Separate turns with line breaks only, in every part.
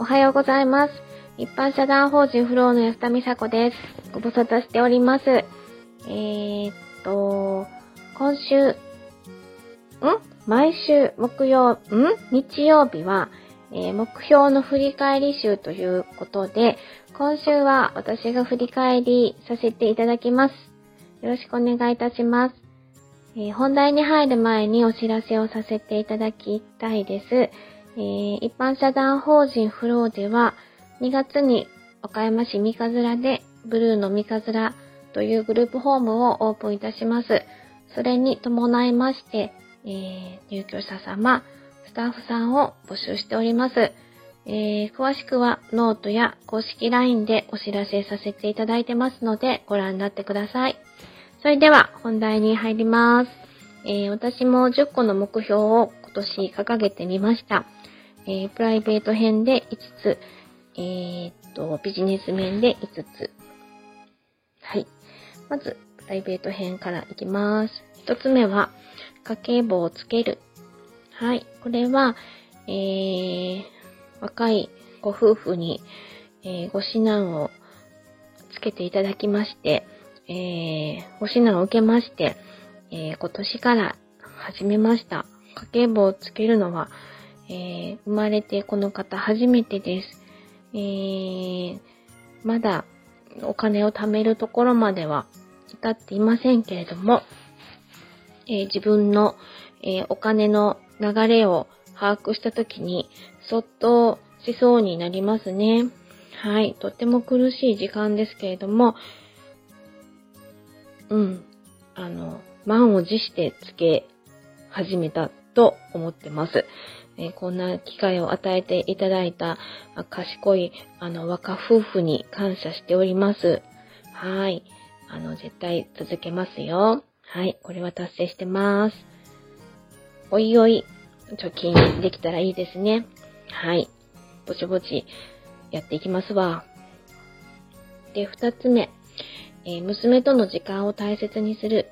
はようございます。一般社団法人フローの安田美沙子です。ご無沙汰しております。毎週日曜日は、目標の振り返り週ということで、今週は私が振り返りさせていただきます。よろしくお願いいたします。本題に入る前にお知らせをさせていただきたいです。一般社団法人フローでは2月に岡山市三日面でブルーの三日面というグループホームをオープンいたします。それに伴いまして、入居者様、スタッフさんを募集しております。詳しくはノートや公式 LINE でお知らせさせていただいてますのでご覧になってください。それでは本題に入ります。私も10個の目標を今年掲げてみました。プライベート編で5つ、ビジネス面で5つ。はい。まず、プライベート編からいきます。1つ目は、家計簿をつける。はい。これは、若いご夫婦に、ご指南をつけていただきまして、ご指南を受けまして、今年から始めました。家計簿をつけるのは、生まれてこの方初めてです。まだお金を貯めるところまでは至っていませんけれども、自分の、お金の流れを把握したときにそっとしそうになりますね。はい。とっても苦しい時間ですけれども、満を持してつけ始めたと思ってます。こんな機会を与えていただいた賢い若夫婦に感謝しております。はい。絶対続けますよ。はい。これは達成してます。おいおい、貯金できたらいいですね。はい。ぼちぼちやっていきますわ。で、2つ目。娘との時間を大切にする。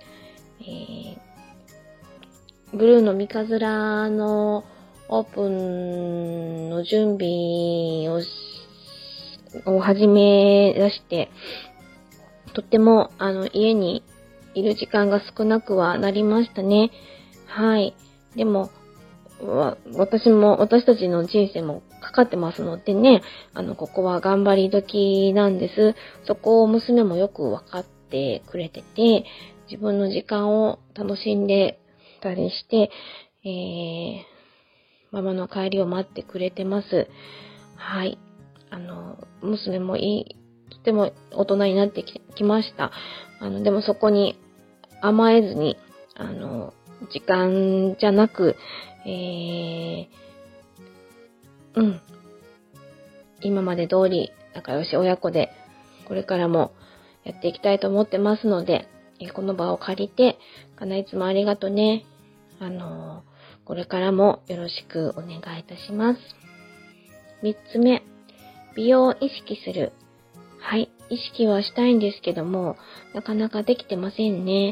ブルーの三日面のオープンの準備を始め出して、とっても家にいる時間が少なくはなりましたね。はい。でも、私たちの人生もかかってますのでね、ここは頑張り時なんです。そこを娘もよくわかってくれてて、自分の時間を楽しんでたりして、ママの帰りを待ってくれてます。はい。娘もとても大人になってきました。でもそこに甘えずに、時間じゃなく、今まで通り仲良し親子でこれからもやっていきたいと思ってますので、この場を借りて、かないつもありがとね。これからもよろしくお願いいたします。3つ目、美容を意識する。はい、意識はしたいんですけども、なかなかできてませんね。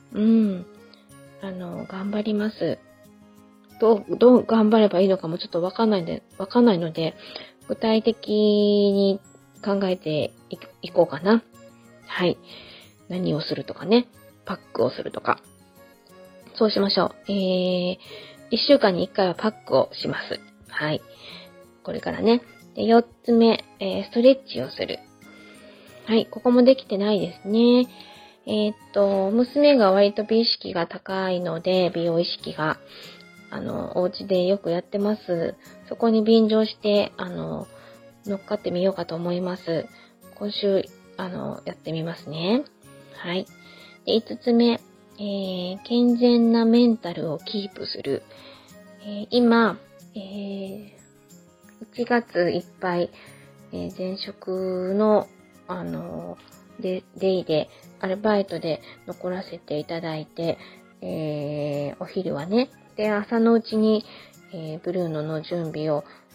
頑張ります。どう頑張ればいいのかもちょっとわかんないので、具体的に考えていこうかな。はい。何をするとかね。パックをするとか。そうしましょう。1週間に1回はパックをします。はい。これからね。で、4つ目、ストレッチをする。はい。ここもできてないですね。娘が割と美意識が高いので、美容意識が、お家でよくやってます。そこに便乗して、乗っかってみようかと思います。今週、やってみますね。はい。で、5つ目、健全なメンタルをキープする。今、1月いっぱい、前職の、デイで、アルバイトで残らせていただいて、お昼はね、で、朝のうちに、ブルーノの準備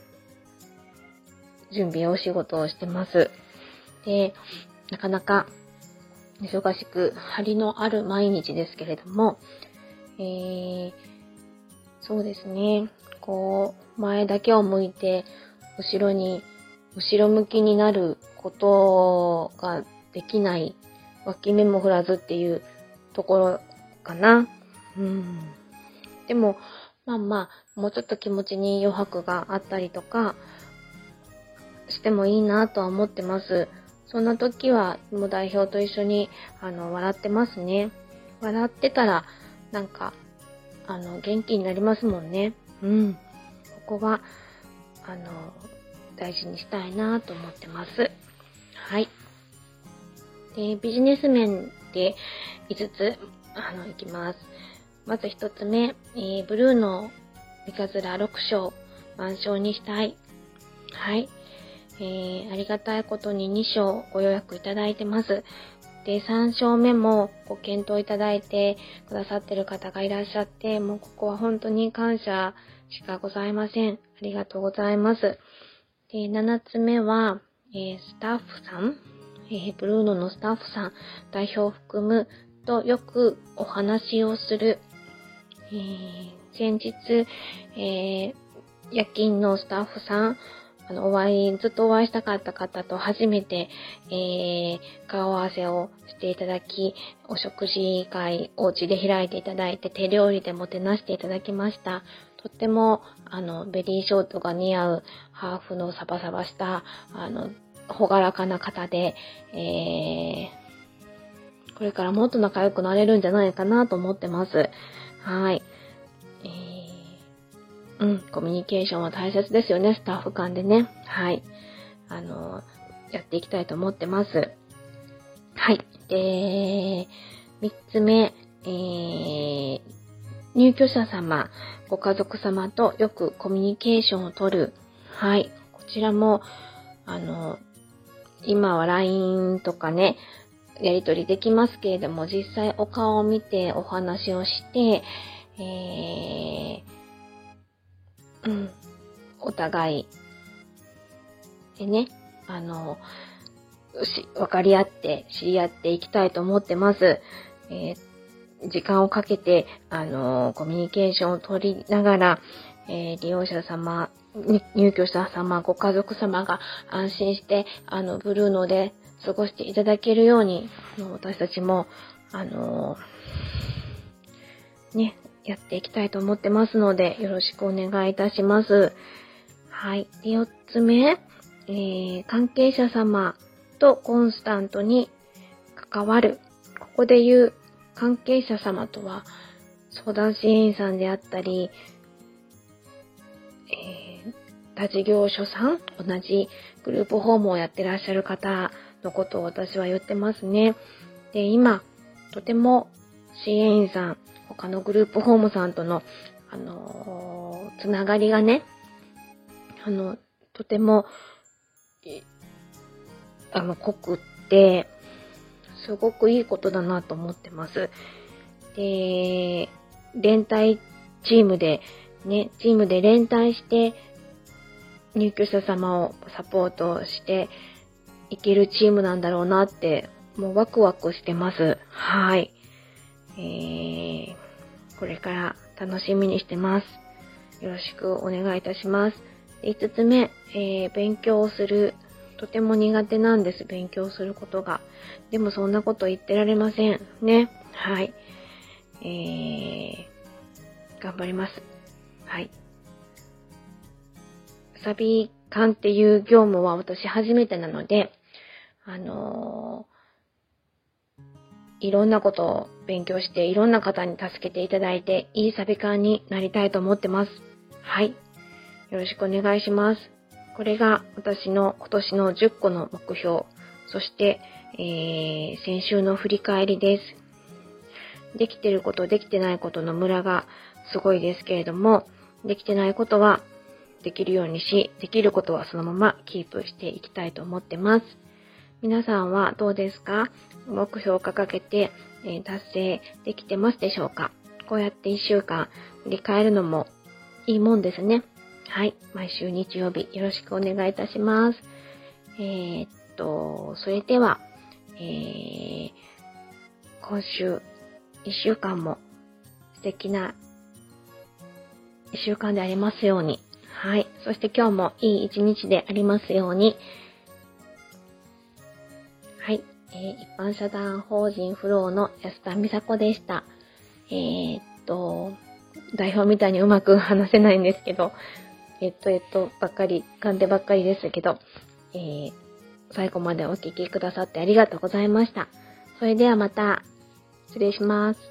お仕事をしてます。で、なかなか忙しく張りのある毎日ですけれども、そうですね、前だけを向いて後ろに後ろ向きになることができない、脇目も振らずっていうところかな。でも、もうちょっと気持ちに余白があったりとかしてもいいなとは思ってます。そんな時は、もう代表と一緒に、笑ってますね。笑ってたら、元気になりますもんね。ここは、大事にしたいなと思ってます。はい。で、ビジネス面で5つ、いきます。まず1つ目、ブルーの三日面6章、満章にしたい。はい。ありがたいことに2章ご予約いただいてます。で、3章目もご検討いただいてくださってる方がいらっしゃって、もうここは本当に感謝しかございません。ありがとうございます。で、7つ目は、スタッフさん、ブルーノのスタッフさん、代表を含むとよくお話をする。先日、夜勤のスタッフさん、ずっとお会いしたかった方と初めて、顔合わせをしていただき、お食事会お家で開いていただいて、手料理でもてなしていただきました。とっても、ベリーショートが似合う、ハーフのサバサバした、ほがらかな方で、これからもっと仲良くなれるんじゃないかなと思ってます。はい。コミュニケーションは大切ですよね、スタッフ間でね。はい。やっていきたいと思ってます。はい。で、3つ目、入居者様、ご家族様とよくコミュニケーションをとる。はい。こちらも、今は LINE とかね、やり取りできますけれども、実際お顔を見てお話をして、お互いでね、分かり合って知り合っていきたいと思ってます。時間をかけて、コミュニケーションを取りながら、利用者様、入居者様、ご家族様が安心して、ブルーノで過ごしていただけるように、私たちも、やっていきたいと思ってますので、よろしくお願いいたします。はい。で、4つ目、関係者様とコンスタントに関わる。ここで言う関係者様とは、相談支援員さんであったり、他事業所さん、同じグループホームをやってらっしゃる方のことを私は言ってますね。で、今、とても支援員さん、他のグループホームさんとの、つながりがね、とても、濃くって、すごくいいことだなと思ってます。で、連帯チームで連帯して、入居者様をサポートしていけるチームなんだろうなって、もうワクワクしてます。はい。これから楽しみにしてます。よろしくお願いいたします。5つ目、勉強をする。とても苦手なんです、勉強することが。でもそんなこと言ってられません。ね。はい。頑張ります。はい。サビ館っていう業務は私初めてなので、いろんなことを勉強して、いろんな方に助けていただいて、いいサビ館になりたいと思ってます。はい。よろしくお願いします。これが私の今年の10個の目標。そして、先週の振り返りです。できてること、できてないことのムラがすごいですけれども、できてないことはできるようにし、できることはそのままキープしていきたいと思ってます。皆さんはどうですか？目標を掲げて、達成できてますでしょうか？こうやって1週間振り返るのもいいもんですね。はい。毎週日曜日よろしくお願いいたします。それでは、今週1週間も素敵な1週間でありますように。 はい。そして今日もいい一日でありますように。はい。一般社団法人フローの安田美佐子でした。代表みたいにうまく話せないんですけど、ばっかり、勘でばっかりですけど、最後までお聞きくださってありがとうございました。それではまた、失礼します。